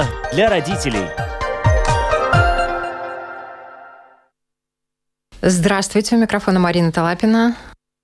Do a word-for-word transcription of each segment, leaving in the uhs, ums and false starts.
Школа для родителей. Здравствуйте, у микрофона Марина Талапина.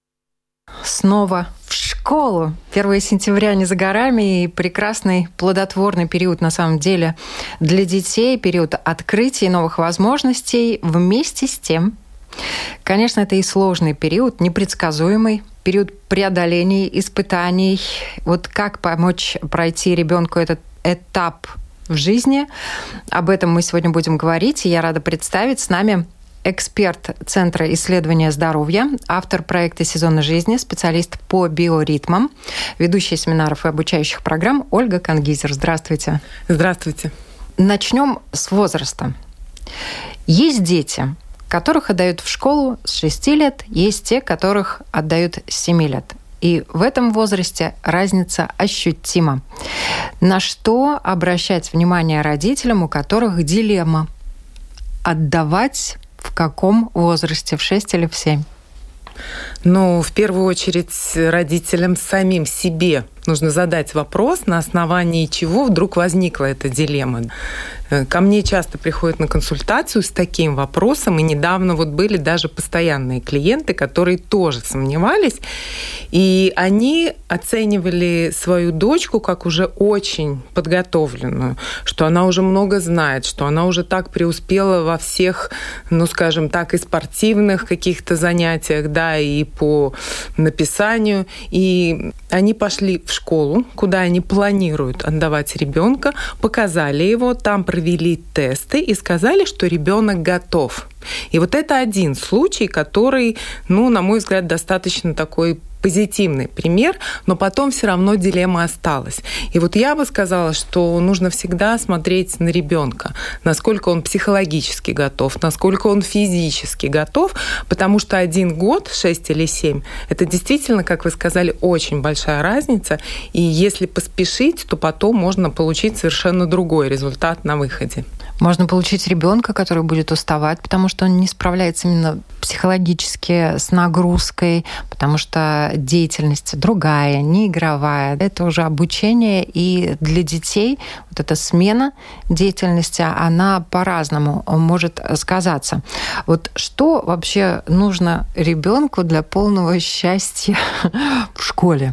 Снова в школу. первое сентября не за горами, и прекрасный плодотворный период на самом деле для детей, период открытия новых возможностей. Вместе с тем, конечно, это и сложный период, непредсказуемый, период преодоления, испытаний. Вот как помочь пройти ребенку этот этап в жизни, об этом мы сегодня будем говорить, и я рада представить с нами эксперт Центра исследования здоровья, автор проекта «Сезоны жизни», специалист по биоритмам, ведущая семинаров и обучающих программ Ольга Кангизер. Здравствуйте. Здравствуйте. Начнем с возраста. Есть дети, которых отдают в школу с шести лет, есть те, которых отдают с семи лет. И в этом возрасте разница ощутима. На что обращать внимание родителям, у которых дилемма? Отдавать в каком возрасте? В шесть или в семь? Ну, в первую очередь, родителям самим себе нужно задать вопрос, на основании чего вдруг возникла эта дилемма. Ко мне часто приходят на консультацию с таким вопросом, и недавно вот были даже постоянные клиенты, которые тоже сомневались, и они оценивали свою дочку как уже очень подготовленную, что она уже много знает, что она уже так преуспела во всех, ну, скажем так, и спортивных каких-то занятиях, да, и по написанию. И они пошли в школу, куда они планируют отдавать ребенка, показали его, там провели тесты и сказали, что ребенок готов. И вот это один случай, который, ну, на мой взгляд, достаточно такой позитивный пример, но потом все равно дилемма осталась. И вот я бы сказала, что нужно всегда смотреть на ребенка, насколько он психологически готов, насколько он физически готов, потому что один год, шесть или семь, это действительно, как вы сказали, очень большая разница, и если поспешить, то потом можно получить совершенно другой результат на выходе. Можно получить ребенка, который будет уставать, потому что он не справляется именно психологически с нагрузкой, потому что деятельность другая, не игровая. Это уже обучение, и для детей вот эта смена деятельности, она по-разному может сказаться. Вот что вообще нужно ребенку для полного счастья в школе?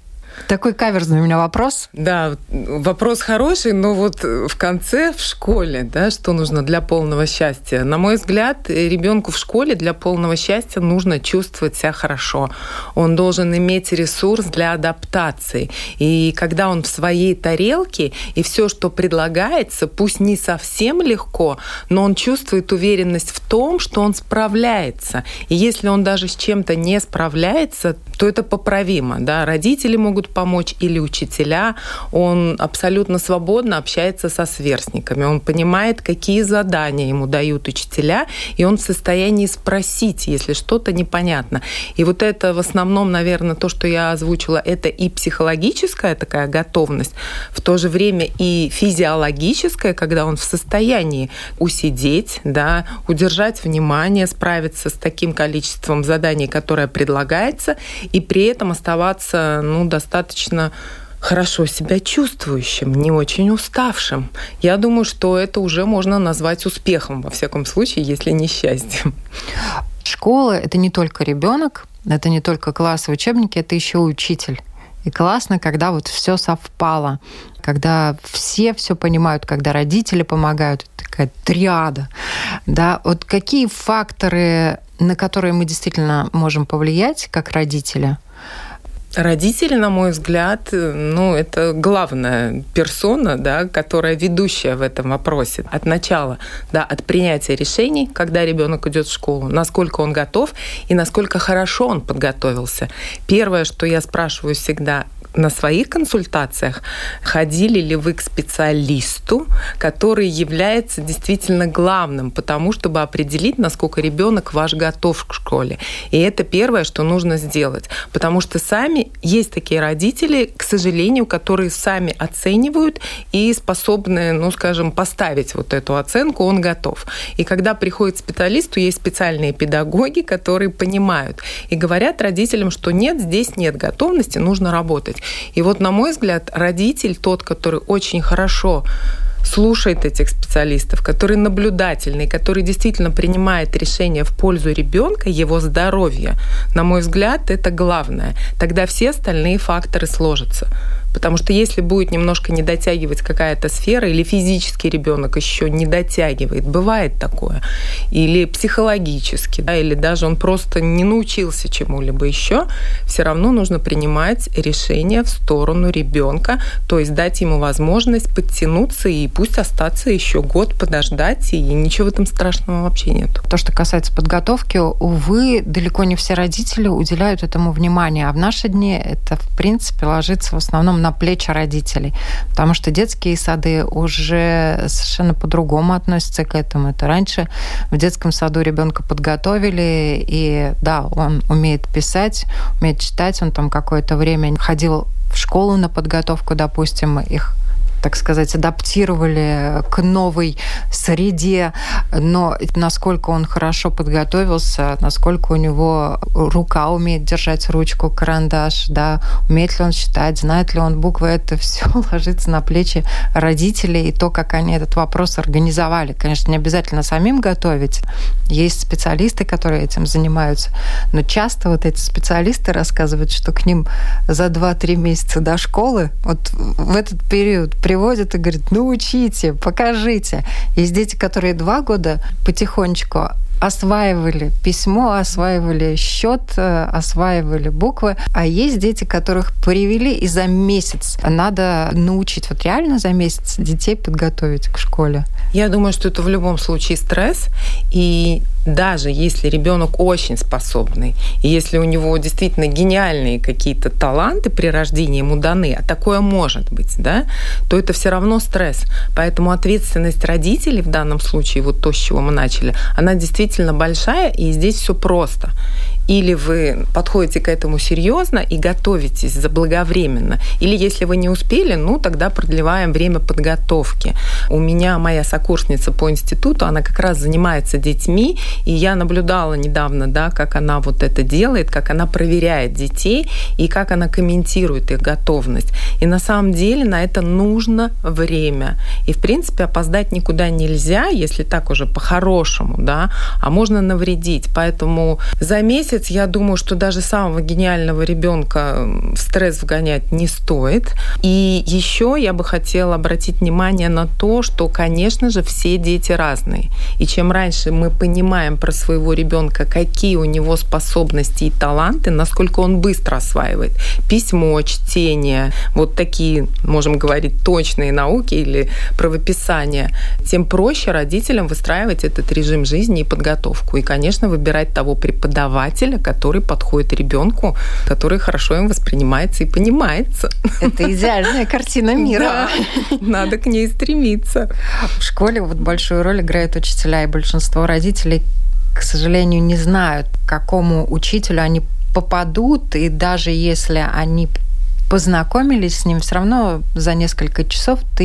Такой каверзный у меня вопрос. Да, вопрос хороший, но вот в конце, в школе, да, что нужно для полного счастья? На мой взгляд, ребенку в школе для полного счастья нужно чувствовать себя хорошо. Он должен иметь ресурс для адаптации. И когда он в своей тарелке, и все, что предлагается, пусть не совсем легко, но он чувствует уверенность в том, что он справляется. И если он даже с чем-то не справляется, то это поправимо. Да? Родители могут помочь или учителя. Он абсолютно свободно общается со сверстниками. Он понимает, какие задания ему дают учителя, и он в состоянии спросить, если что-то непонятно. И вот это в основном, наверное, то, что я озвучила, это и психологическая такая готовность, в то же время и физиологическая, когда он в состоянии усидеть, да, удержать внимание, справиться с таким количеством заданий, которое предлагается, и при этом оставаться, ну, достаточно достаточно хорошо себя чувствующим, не очень уставшим. Я думаю, что это уже можно назвать успехом, во всяком случае, если не счастьем. Школа — это не только ребенок, это не только классы, учебники, это еще учитель. И классно, когда вот все совпало, когда все все понимают, когда родители помогают, это такая триада. Да? Вот какие факторы, на которые мы действительно можем повлиять, как родители? Родители, на мой взгляд, ну, это главная персона, да, которая ведущая в этом вопросе. От начала, да, от принятия решений, когда ребенок идет в школу, насколько он готов и насколько хорошо он подготовился. Первое, что я спрашиваю всегда на своих консультациях, ходили ли вы к специалисту, который является действительно главным, потому чтобы определить, насколько ребенок ваш готов к школе. И это первое, что нужно сделать. Потому что сами есть такие родители, к сожалению, которые сами оценивают и способны, ну, скажем, поставить вот эту оценку, он готов. И когда приходит специалист, то есть специальные педагоги, которые понимают и говорят родителям, что нет, здесь нет готовности, нужно работать. И вот, на мой взгляд, родитель, тот, который очень хорошо слушает этих специалистов, который наблюдательный, который действительно принимает решения в пользу ребенка, его здоровья, на мой взгляд, это главное. Тогда все остальные факторы сложатся. Потому что если будет немножко не дотягивать какая-то сфера, или физически ребенок еще не дотягивает, бывает такое, или психологически, да, или даже он просто не научился чему-либо еще, все равно нужно принимать решение в сторону ребенка, то есть дать ему возможность подтянуться и пусть остаться еще год, подождать, и ничего в этом страшного вообще нет. То, что касается подготовки, увы, далеко не все родители уделяют этому внимание, а в наши дни это, в принципе, ложится в основном на плечи родителей, потому что детские сады уже совершенно по-другому относятся к этому. Это раньше в детском саду ребенка подготовили, и да, он умеет писать, умеет читать, он там какое-то время ходил в школу на подготовку, допустим, их, так сказать, адаптировали к новой среде, но насколько он хорошо подготовился, насколько у него рука умеет держать ручку, карандаш, да, умеет ли он считать, знает ли он буквы, это все ложится на плечи родителей и то, как они этот вопрос организовали. Конечно, не обязательно самим готовить. Есть специалисты, которые этим занимаются, но часто вот эти специалисты рассказывают, что к ним за два-три месяца до школы, вот в этот период приводят и говорят, ну учите, покажите. Есть дети, которые два года потихонечку осваивали письмо, осваивали счет, осваивали буквы, а есть дети, которых привели и за месяц надо научить, вот реально за месяц детей подготовить к школе. Я думаю, что это в любом случае стресс, и даже если ребенок очень способный, и если у него действительно гениальные какие-то таланты при рождении ему даны, а такое может быть, да, то это все равно стресс. Поэтому ответственность родителей в данном случае, вот то, с чего мы начали, она действительно большая, и здесь все просто. Или вы подходите к этому серьезно и готовитесь заблаговременно. Или если вы не успели, ну, тогда продлеваем время подготовки. У меня моя сокурсница по институту, она как раз занимается детьми, и я наблюдала недавно, да, как она вот это делает, как она проверяет детей и как она комментирует их готовность. И на самом деле на это нужно время. И, в принципе, опоздать никуда нельзя, если так уже по-хорошему, да, а можно навредить. Поэтому за месяц я думаю, что даже самого гениального ребенка в стресс вгонять не стоит. И еще я бы хотела обратить внимание на то, что, конечно же, все дети разные. И чем раньше мы понимаем про своего ребенка, какие у него способности и таланты, насколько он быстро осваивает письмо, чтение, вот такие, можем говорить, точные науки или правописание, тем проще родителям выстраивать этот режим жизни и подготовку. И, конечно, выбирать того преподавателя, который подходит ребенку, который хорошо им воспринимается и понимается. Это идеальная картина мира. Да, надо к ней стремиться. В школе вот большую роль играют учителя, и большинство родителей, к сожалению, не знают, к какому учителю они попадут, и даже если они познакомились с ним, все равно за несколько часов ты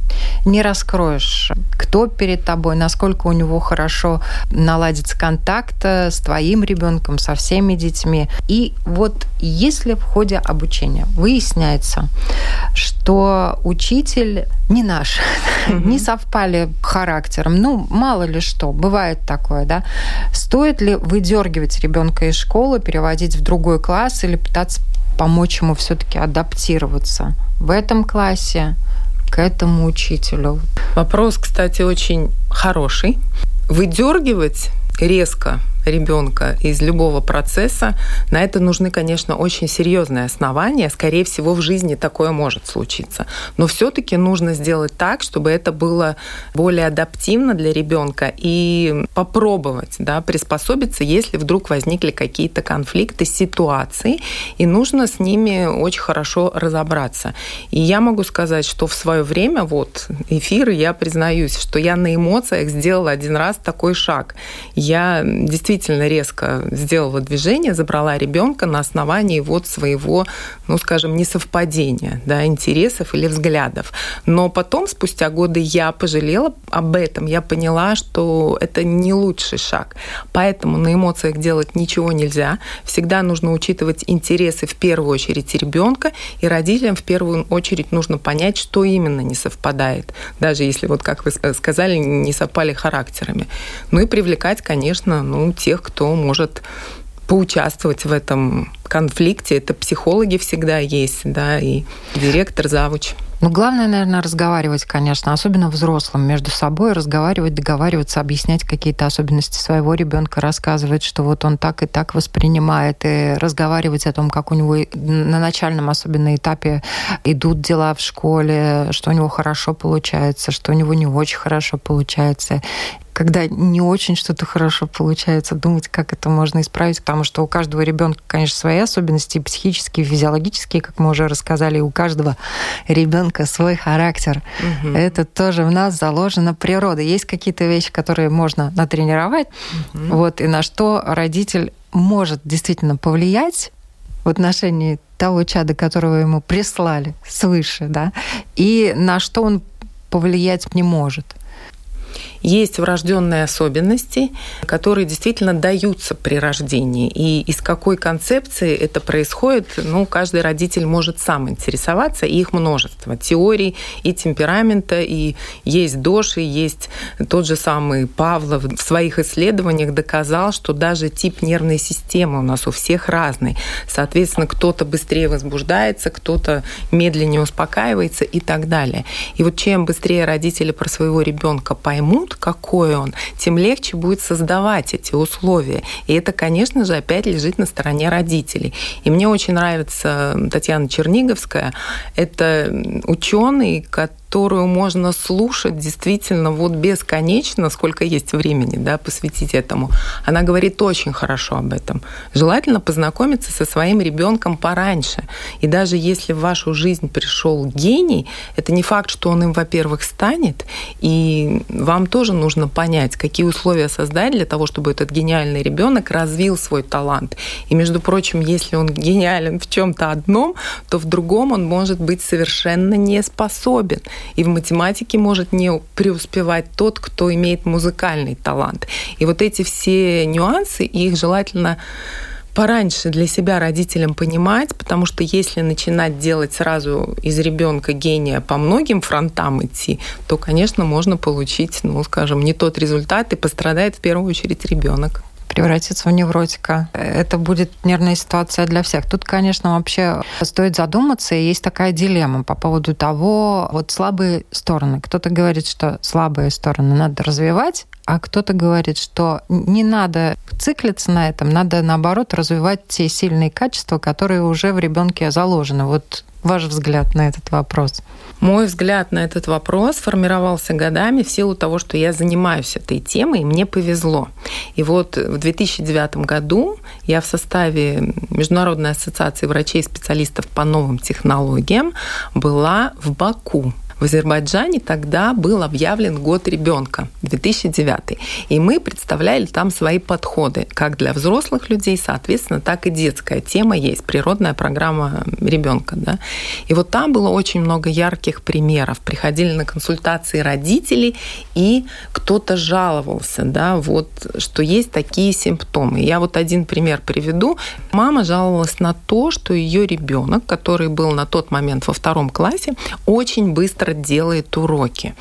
не раскроешь, кто перед тобой, насколько у него хорошо наладится контакт с твоим ребенком, со всеми детьми. И вот если в ходе обучения выясняется, что учитель не наш, mm-hmm. не совпали характером, ну, мало ли что, бывает такое, да, стоит ли выдергивать ребенка из школы, переводить в другой класс или пытаться помочь ему все-таки адаптироваться в этом классе к этому учителю? Вопрос, кстати, очень хороший. Выдергивать резко ребенка из любого процесса, на это нужны, конечно, очень серьезные основания. Скорее всего, в жизни такое может случиться. Но все-таки нужно сделать так, чтобы это было более адаптивно для ребенка и попробовать, да, приспособиться, если вдруг возникли какие-то конфликты, ситуации, и нужно с ними очень хорошо разобраться. И я могу сказать, что в свое время, вот, эфиры, я признаюсь, что я на эмоциях сделала один раз такой шаг. Я действительно действительно резко сделала движение, забрала ребенка на основании вот своего, ну, скажем, несовпадения, да, интересов или взглядов. Но потом, спустя годы, я пожалела об этом. Я поняла, что это не лучший шаг. Поэтому на эмоциях делать ничего нельзя. Всегда нужно учитывать интересы в первую очередь ребенка, и родителям в первую очередь нужно понять, что именно не совпадает. Даже если, вот как вы сказали, не совпали характерами. Ну и привлекать, конечно, ну, тех, кто может поучаствовать в этом конфликте. Это психологи всегда есть, да, и директор, завуч. Ну, главное, наверное, разговаривать, конечно, особенно взрослым между собой, разговаривать, договариваться, объяснять какие-то особенности своего ребенка, рассказывать, что вот он так и так воспринимает, и разговаривать о том, как у него на начальном особенно этапе идут дела в школе, что у него хорошо получается, что у него не очень хорошо получается. Когда не очень что-то хорошо получается, думать, как это можно исправить, потому что у каждого ребенка, конечно, свои особенности, психические, физиологические, как мы уже рассказали, и у каждого ребенка свой характер. Угу. Это тоже в нас заложено природой. Есть какие-то вещи, которые можно натренировать, угу. вот, и на что родитель может действительно повлиять в отношении того чада, которого ему прислали свыше, да, и на что он повлиять не может. Есть врожденные особенности, которые действительно даются при рождении. И из какой концепции это происходит, ну, каждый родитель может сам интересоваться, и их множество. Теорий и темперамента, и есть Доши, есть тот же самый Павлов в своих исследованиях доказал, что даже тип нервной системы у нас у всех разный. Соответственно, кто-то быстрее возбуждается, кто-то медленнее успокаивается и так далее. И вот чем быстрее родители про своего ребенка поймут, какой он, тем легче будет создавать эти условия. И это, конечно же, опять лежит на стороне родителей. И мне очень нравится Татьяна Черниговская. Это ученый, который которую можно слушать действительно вот бесконечно, сколько есть времени, да, посвятить этому. Она говорит очень хорошо об этом. Желательно познакомиться со своим ребенком пораньше. И даже если в вашу жизнь пришел гений, это не факт, что он им, во-первых, станет, и вам тоже нужно понять, какие условия создать для того, чтобы этот гениальный ребенок развил свой талант. И, между прочим, если он гениален в чем-то одном, то в другом он может быть совершенно не способен. И в математике может не преуспевать тот, кто имеет музыкальный талант. И вот эти все нюансы, их желательно пораньше для себя родителям понимать, потому что если начинать делать сразу из ребенка гения по многим фронтам идти, то, конечно, можно получить, ну, скажем, не тот результат, и пострадает в первую очередь ребенок. Превратиться в невротика. Это будет нервная ситуация для всех. Тут, конечно, вообще стоит задуматься, и есть такая дилемма по поводу того, вот слабые стороны. Кто-то говорит, что слабые стороны надо развивать, а кто-то говорит, что не надо циклиться на этом, надо, наоборот, развивать те сильные качества, которые уже в ребенке заложены. Вот ваш взгляд на этот вопрос? Мой взгляд на этот вопрос формировался годами в силу того, что я занимаюсь этой темой, и мне повезло. И вот в две тысячи девятом году я в составе Международной ассоциации врачей и специалистов по новым технологиям была в Баку. В Азербайджане тогда был объявлен год ребенка, две тысячи девятый. И мы представляли там свои подходы, как для взрослых людей, соответственно, так и детская тема есть, природная программа ребенка. Да? И вот там было очень много ярких примеров. Приходили на консультации родители, и кто-то жаловался, да, вот, что есть такие симптомы. Я вот один пример приведу. Мама жаловалась на то, что ее ребенок, который был на тот момент во втором классе, очень быстро делает уроки.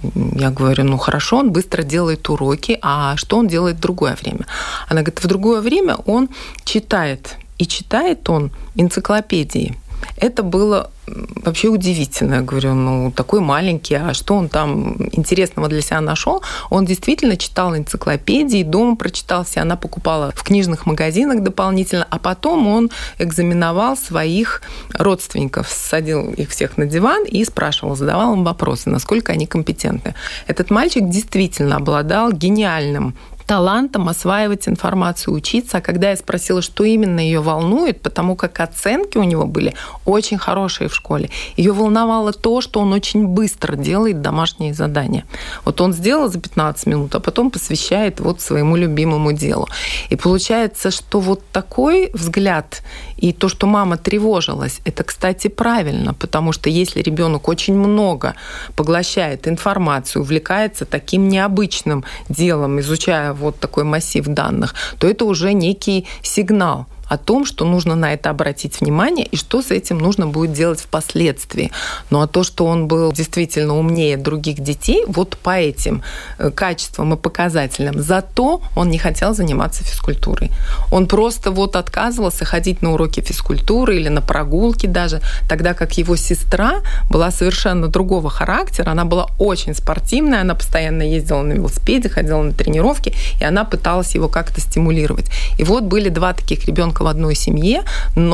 Я говорю, ну хорошо, он быстро делает уроки, а что он делает в другое время? Она говорит, в другое время он читает. И читает он энциклопедии. Это было вообще удивительно. Я говорю, ну, такой маленький, а что он там интересного для себя нашел? Он действительно читал энциклопедии, дома прочитал все, она покупала в книжных магазинах дополнительно, а потом он экзаменовал своих родственников, садил их всех на диван и спрашивал, задавал им вопросы, насколько они компетентны. Этот мальчик действительно обладал гениальным талантом осваивать информацию, учиться. А когда я спросила, что именно ее волнует, потому как оценки у него были очень хорошие в школе, ее волновало то, что он очень быстро делает домашние задания. Вот он сделал за пятнадцать минут, а потом посвящает вот своему любимому делу. И получается, что вот такой взгляд и то, что мама тревожилась, это, кстати, правильно, потому что если ребенок очень много поглощает информацию, увлекается таким необычным делом, изучая вот такой массив данных, то это уже некий сигнал о том, что нужно на это обратить внимание и что с этим нужно будет делать впоследствии. Ну а то, что он был действительно умнее других детей, вот по этим качествам и показателям, зато он не хотел заниматься физкультурой. Он просто вот отказывался ходить на уроки физкультуры или на прогулки даже, тогда как его сестра была совершенно другого характера, она была очень спортивная, она постоянно ездила на велосипеде, ходила на тренировки, и она пыталась его как-то стимулировать. И вот были два таких ребенка в одной семье,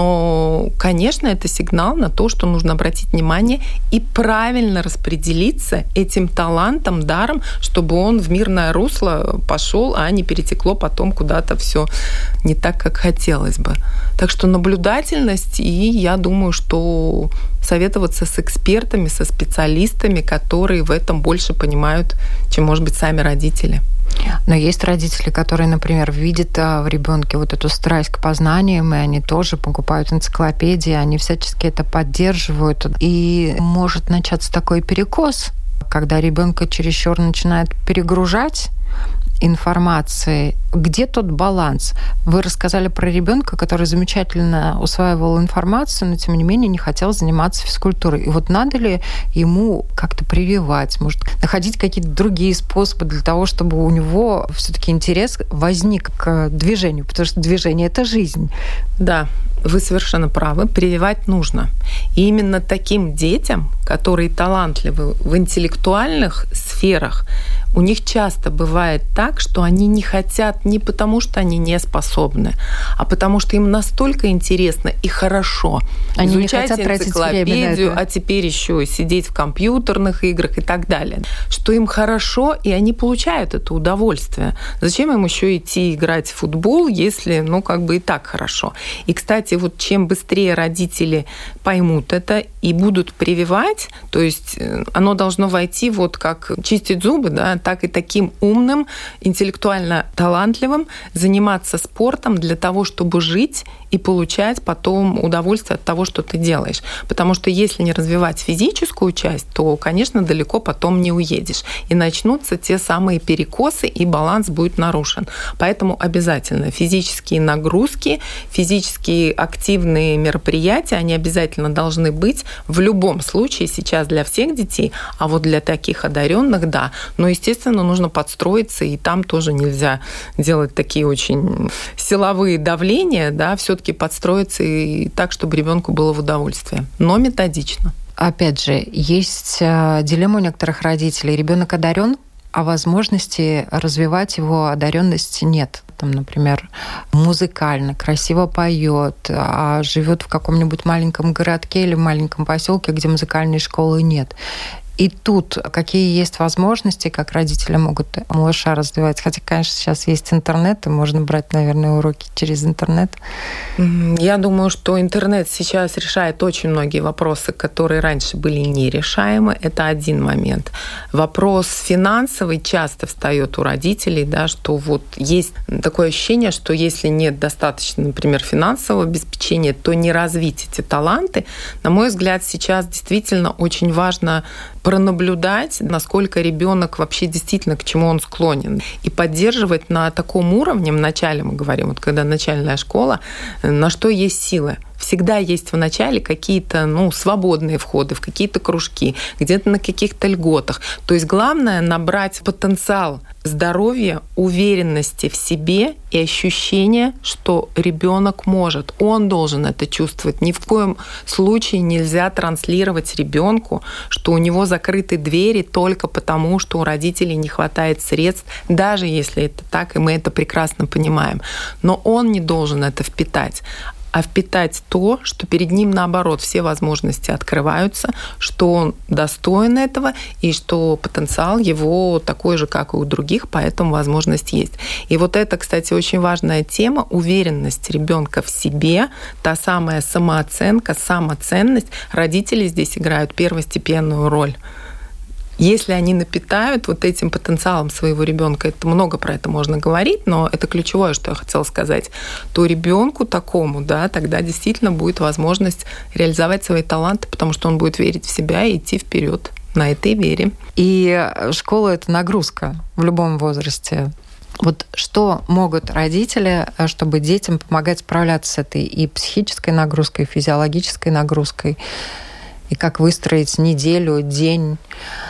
но, конечно, это сигнал на то, что нужно обратить внимание и правильно распределиться этим талантом, даром, чтобы он в мирное русло пошел, а не перетекло потом куда-то все не так, как хотелось бы. Так что наблюдательность, и я думаю, что советоваться с экспертами, со специалистами, которые в этом больше понимают, чем, может быть, сами родители. Но есть родители, которые, например, видят в ребенке вот эту страсть к познаниям, и они тоже покупают энциклопедии, они всячески это поддерживают. И может начаться такой перекос, когда ребенка чересчур начинает перегружать информации. Где тот баланс? Вы рассказали про ребенка, который замечательно усваивал информацию, но тем не менее не хотел заниматься физкультурой. И вот надо ли ему как-то прививать, может, находить какие-то другие способы для того, чтобы у него все-таки интерес возник к движению, потому что движение — это жизнь. Да, вы совершенно правы, прививать нужно. И именно таким детям, которые талантливы в интеллектуальных сферах, у них часто бывает так, что они не хотят не потому, что они не способны, а потому что им настолько интересно и хорошо они изучать энциклопедию, а теперь еще и сидеть в компьютерных играх и так далее, что им хорошо, и они получают это удовольствие. Зачем им еще идти играть в футбол, если, ну, как бы и так хорошо? И, кстати, вот чем быстрее родители поймут это и будут прививать, то есть оно должно войти вот как чистить зубы, да, так и таким умным, интеллектуально талантливым заниматься спортом для того, чтобы жить и получать потом удовольствие от того, что ты делаешь. Потому что если не развивать физическую часть, то, конечно, далеко потом не уедешь. И начнутся те самые перекосы, и баланс будет нарушен. Поэтому обязательно физические нагрузки, физические активные мероприятия, они обязательно должны быть в любом случае сейчас для всех детей, а вот для таких одаренных, да. Но, естественно, нужно подстроиться, и там тоже нельзя делать такие очень силовые давления, да, все-таки подстроиться и так, чтобы ребенку было в удовольствие, но методично. Опять же, есть дилемма у некоторых родителей. Ребенок одарен, а возможности развивать его одаренность нет. Там, например, музыкально, красиво поет, а живет в каком-нибудь маленьком городке или в маленьком поселке, где музыкальной школы нет. И тут какие есть возможности, как родители могут малыша развивать? Хотя, конечно, сейчас есть интернет, и можно брать, наверное, уроки через интернет. Я думаю, что интернет сейчас решает очень многие вопросы, которые раньше были нерешаемы. Это один момент. Вопрос финансовый часто встает у родителей, да, что вот есть такое ощущение, что если нет достаточно, например, финансового обеспечения, то не развить эти таланты. На мой взгляд, сейчас действительно очень важно пронаблюдать, насколько ребенок вообще действительно к чему он склонен. И поддерживать на таком уровне, вначале мы говорим, вот когда начальная школа, на что есть силы. Всегда есть в начале какие-то, ну, свободные входы в какие-то кружки, где-то на каких-то льготах. То есть главное набрать потенциал здоровья, уверенности в себе и ощущения, что ребенок может. Он должен это чувствовать. Ни в коем случае нельзя транслировать ребенку, что у него закрыты двери только потому, что у родителей не хватает средств, даже если это так, и мы это прекрасно понимаем. Но он не должен это впитать. а впитать то, что перед ним, наоборот, все возможности открываются, что он достоин этого и что потенциал его такой же, как и у других, поэтому возможность есть. И вот это, кстати, очень важная тема, уверенность ребенка в себе, та самая самооценка, самоценность. Родители здесь играют первостепенную роль. Если они напитают вот этим потенциалом своего ребенка, это много про это можно говорить, но это ключевое, что я хотела сказать, то ребенку такому, да, тогда действительно будет возможность реализовать свои таланты, потому что он будет верить в себя и идти вперед на этой вере. И школа – это нагрузка в любом возрасте. Вот что могут родители, чтобы детям помогать справляться с этой и психической нагрузкой, и физиологической нагрузкой, и как выстроить неделю, день?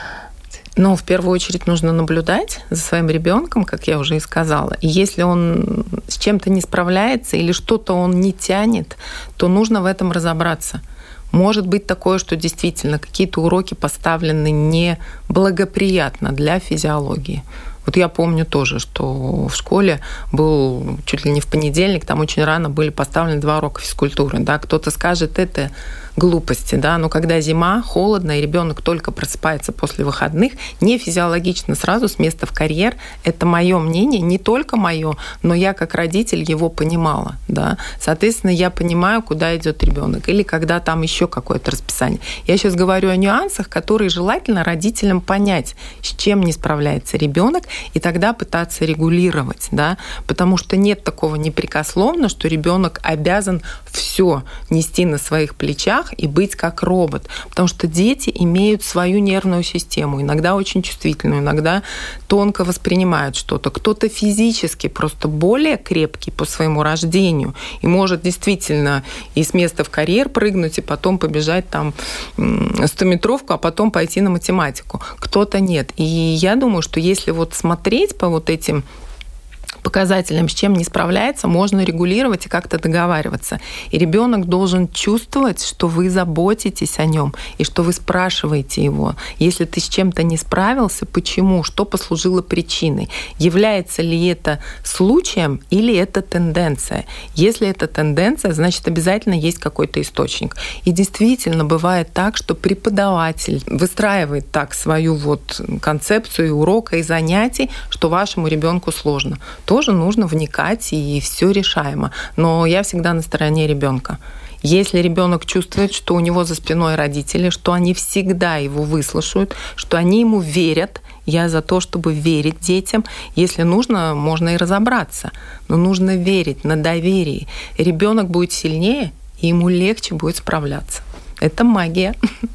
Но в первую очередь нужно наблюдать за своим ребенком, как я уже и сказала. И если он с чем-то не справляется или что-то он не тянет, то нужно в этом разобраться. Может быть такое, что действительно какие-то уроки поставлены неблагоприятно для физиологии. Вот я помню тоже, что в школе был чуть ли не в понедельник, там очень рано были поставлены два урока физкультуры. Да? Кто-то скажет, это глупости, да, но когда зима, холодно, и ребенок только просыпается после выходных, не физиологично сразу с места в карьер. Это мое мнение, не только мое, но я как родитель его понимала, да. Соответственно, я понимаю, куда идет ребенок, или когда там еще какое-то расписание. Я сейчас говорю о нюансах, которые желательно родителям понять, с чем не справляется ребенок, и тогда пытаться регулировать, да, потому что нет такого непрекословно, что ребенок обязан все нести на своих плечах и быть как робот. Потому что дети имеют свою нервную систему, иногда очень чувствительную, иногда тонко воспринимают что-то. Кто-то физически просто более крепкий по своему рождению и может действительно и с места в карьер прыгнуть, и потом побежать там стометровку, а потом пойти на математику. Кто-то нет. И я думаю, что если вот смотреть по вот этим показателям, с чем не справляется, можно регулировать и как-то договариваться. И ребенок должен чувствовать, что вы заботитесь о нем и что вы спрашиваете его. Если ты с чем-то не справился, почему? Что послужило причиной? Является ли это случаем или это тенденция? Если это тенденция, значит, обязательно есть какой-то источник. И действительно бывает так, что преподаватель выстраивает так свою вот концепцию урока и занятий, что вашему ребенку сложно. Тоже нужно вникать, и все решаемо. Но я всегда на стороне ребенка. Если ребенок чувствует, что у него за спиной родители, что они всегда его выслушают, что они ему верят, я за то, чтобы верить детям. Если нужно, можно и разобраться. Но нужно верить на доверии. Ребенок будет сильнее, и ему легче будет справляться. Это магия.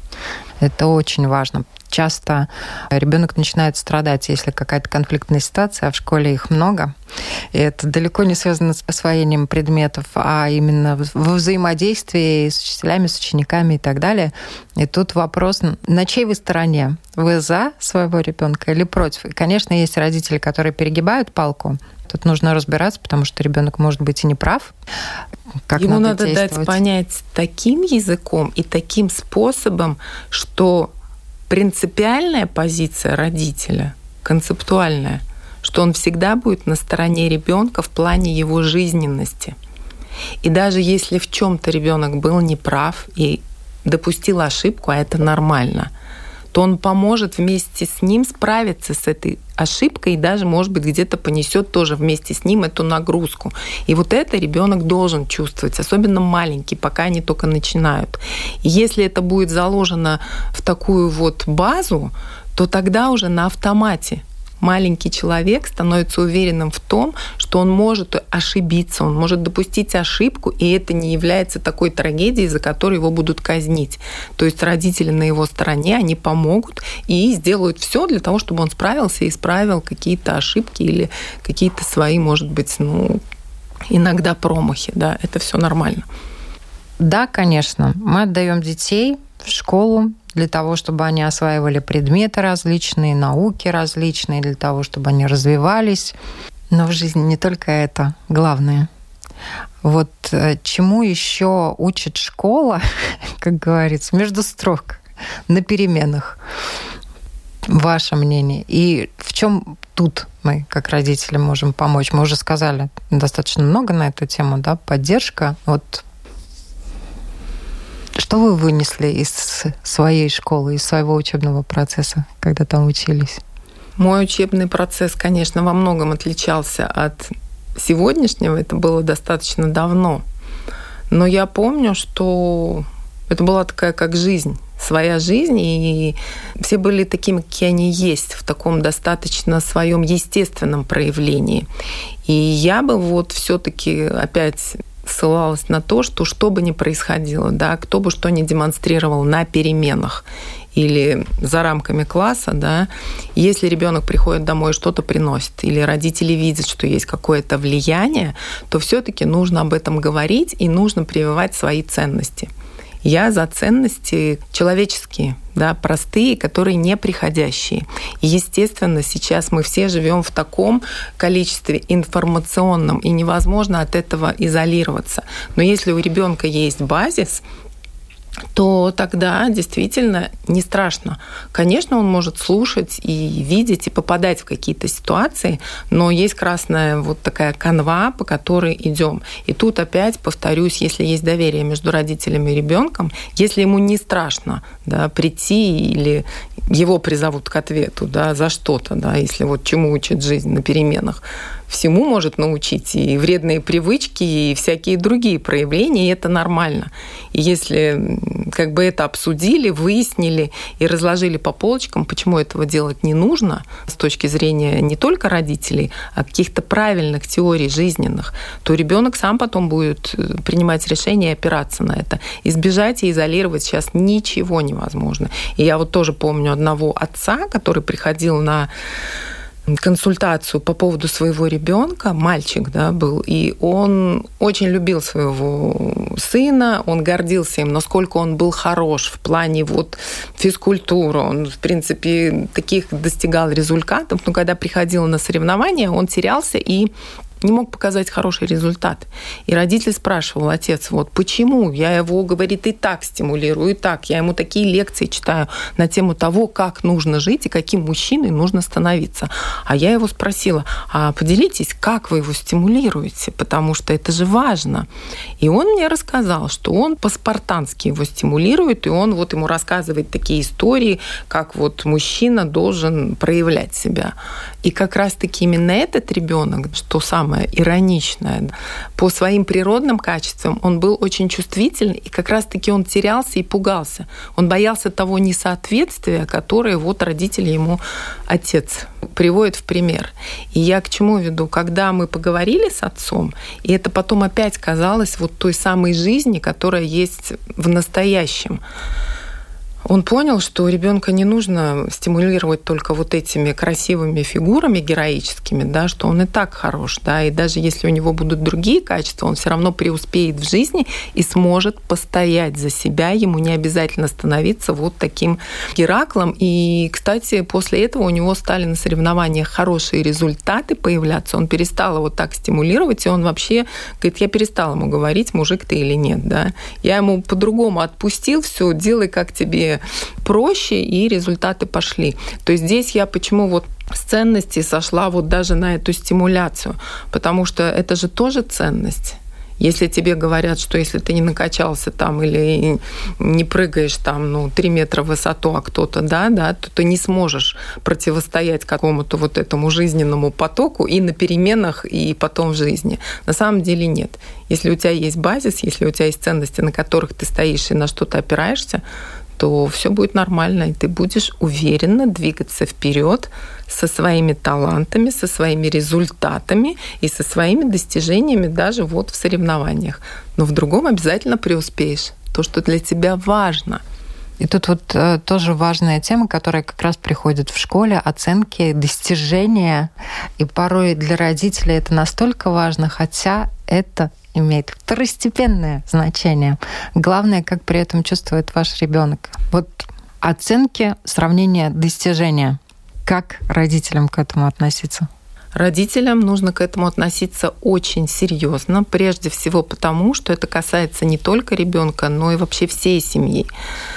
Это очень важно. Часто ребенок начинает страдать, если какая-то конфликтная ситуация, а в школе их много. И это далеко не связано с освоением предметов, а именно во взаимодействии с учителями, с учениками и так далее. И тут вопрос, на чьей вы стороне? Вы за своего ребенка или против? И, конечно, есть родители, которые перегибают палку. Тут нужно разбираться, потому что ребенок может быть и не прав. Как Ему надо, надо дать понять таким языком и таким способом, что принципиальная позиция родителя, концептуальная, что он всегда будет на стороне ребенка в плане его жизненности. И даже если в чем-то ребенок был неправ и допустил ошибку, а это нормально, то он поможет вместе с ним справиться с этой ошибкой и даже, может быть, где-то понесет тоже вместе с ним эту нагрузку. И вот это ребенок должен чувствовать, особенно маленький, пока они только начинают. И если это будет заложено в такую вот базу, то тогда уже на автомате маленький человек становится уверенным в том, что он может ошибиться, он может допустить ошибку, и это не является такой трагедией, за которую его будут казнить. То есть родители на его стороне, они помогут и сделают все для того, чтобы он справился и исправил какие-то ошибки или какие-то свои, может быть, ну, иногда промахи. Да, это все нормально. Да, конечно. Мы отдаем детей в школу для того, чтобы они осваивали предметы различные, науки различные, для того, чтобы они развивались. Но в жизни не только это главное. Вот чему еще учит школа, как говорится, между строк, на переменах? Ваше мнение? И в чем тут мы, как родители, можем помочь? Мы уже сказали достаточно много на эту тему, да, поддержка. Вот Что вы вынесли из своей школы, из своего учебного процесса, когда там учились? Мой учебный процесс, конечно, во многом отличался от сегодняшнего. Это было достаточно давно. Но я помню, что это была такая как жизнь, своя жизнь, и все были такими, какие они есть, в таком достаточно своем естественном проявлении. И я бы вот все-таки опять ссылалась на то, что что бы ни происходило, да, кто бы что ни демонстрировал на переменах или за рамками класса, да, если ребенок приходит домой и что-то приносит, или родители видят, что есть какое-то влияние, то все-таки нужно об этом говорить и нужно прививать свои ценности. Я за ценности человеческие, да, простые, которые неприходящие. И, естественно, сейчас мы все живем в таком количестве информационном, и невозможно от этого изолироваться. Но если у ребенка есть базис, то тогда действительно не страшно. Конечно, он может слушать и видеть, и попадать в какие-то ситуации, но есть красная вот такая канва, по которой идем. И тут опять повторюсь, если есть доверие между родителями и ребенком, если ему не страшно, да, прийти или его призовут к ответу, да, за что-то, да, если вот чему учит жизнь на переменах, всему может научить, и вредные привычки, и всякие другие проявления, и это нормально. И если как бы это обсудили, выяснили и разложили по полочкам, почему этого делать не нужно с точки зрения не только родителей, а каких-то правильных теорий жизненных, то ребенок сам потом будет принимать решение и опираться на это. Избежать и изолировать сейчас ничего невозможно. И я вот тоже помню одного отца, который приходил на консультацию по поводу своего ребенка, мальчик, да, был, и он очень любил своего сына, он гордился им, насколько он был хорош в плане вот физкультуры, он, в принципе, таких достигал результатов, но когда приходил на соревнования, он терялся и не мог показать хороший результат. И родитель спрашивал, отец, вот почему? Я его, говорит, и так стимулирую, и так. Я ему такие лекции читаю на тему того, как нужно жить и каким мужчиной нужно становиться. А я его спросила, а поделитесь, как вы его стимулируете, потому что это же важно. И он мне рассказал, что он по-спартански его стимулирует, и он вот ему рассказывает такие истории, как вот мужчина должен проявлять себя. И как раз-таки именно этот ребенок, что самое ироничное, по своим природным качествам он был очень чувствительный, и как раз-таки он терялся и пугался. Он боялся того несоответствия, которое вот родители ему, отец, приводит в пример. И я к чему веду? Когда мы поговорили с отцом, и это потом опять казалось вот той самой жизни, которая есть в настоящем, он понял, что ребенка не нужно стимулировать только вот этими красивыми фигурами героическими, да, что он и так хорош, да, и даже если у него будут другие качества, он все равно преуспеет в жизни и сможет постоять за себя. Ему не обязательно становиться вот таким Гераклом. И, кстати, после этого у него стали на соревнованиях хорошие результаты появляться. Он перестал его так стимулировать, и он вообще говорит, я перестал ему говорить, мужик ты или нет, да. Я ему по-другому отпустил, все, делай как тебе проще, и результаты пошли. То есть здесь я почему вот с ценностей сошла вот даже на эту стимуляцию, потому что это же тоже ценность. Если тебе говорят, что если ты не накачался там или не прыгаешь там, ну, три метра в высоту, а кто-то, да, да, то ты не сможешь противостоять какому-то вот этому жизненному потоку и на переменах, и потом в жизни. На самом деле нет. Если у тебя есть базис, если у тебя есть ценности, на которых ты стоишь и на что ты опираешься, то все будет нормально, и ты будешь уверенно двигаться вперед со своими талантами, со своими результатами и со своими достижениями даже вот в соревнованиях. Но в другом обязательно преуспеешь. То, что для тебя важно. И тут вот э, тоже важная тема, которая как раз приходит в школе, оценки, достижения. И порой для родителей это настолько важно, хотя это имеет второстепенное значение. Главное, как при этом чувствует ваш ребенок. Вот оценки, сравнение, достижения. Как родителям к этому относиться? Родителям нужно к этому относиться очень серьезно, прежде всего потому, что это касается не только ребенка, но и вообще всей семьи.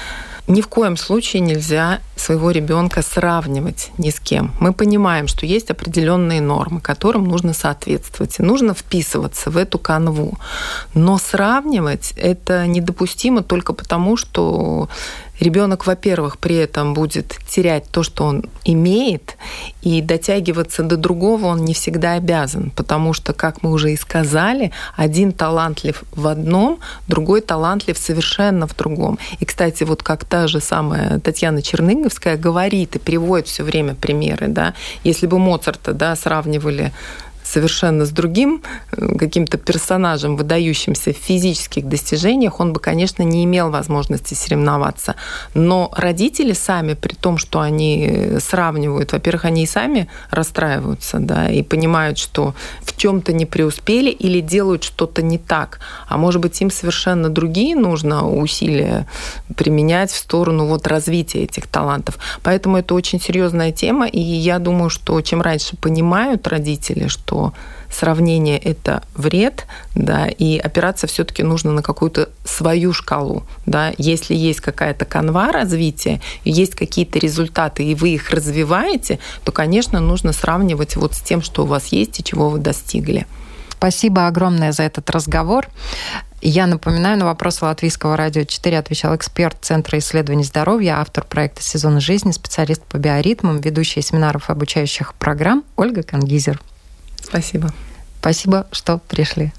Ни в коем случае нельзя своего ребенка сравнивать ни с кем. Мы понимаем, что есть определенные нормы, которым нужно соответствовать, и нужно вписываться в эту канву. Но сравнивать это недопустимо только потому, что ребенок, во-первых, при этом будет терять то, что он имеет, и дотягиваться до другого он не всегда обязан, потому что, как мы уже и сказали, один талантлив в одном, другой талантлив совершенно в другом. И, кстати, вот как та же самая Татьяна Черныговская говорит и приводит все время примеры, да, если бы Моцарта, да, сравнивали совершенно с другим каким-то персонажем, выдающимся в физических достижениях, он бы, конечно, не имел возможности соревноваться. Но родители сами, при том, что они сравнивают, во-первых, они и сами расстраиваются, да, и понимают, что в чем-то не преуспели или делают что-то не так. А может быть, им совершенно другие нужно усилия применять в сторону вот развития этих талантов. Поэтому это очень серьезная тема, и я думаю, что чем раньше понимают родители, что сравнение – это вред, да, и опираться все-таки нужно на какую-то свою шкалу. Да. Если есть какая-то канва развития, есть какие-то результаты, и вы их развиваете, то, конечно, нужно сравнивать вот с тем, что у вас есть и чего вы достигли. Спасибо огромное за этот разговор. Я напоминаю, на вопросы Латвийского радио четыре отвечал эксперт Центра исследований здоровья, автор проекта «Сезон жизни», специалист по биоритмам, ведущая семинаров и обучающих программ Ольга Кангизер. Спасибо. Спасибо, что пришли.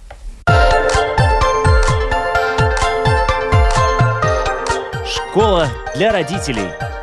Школа для родителей.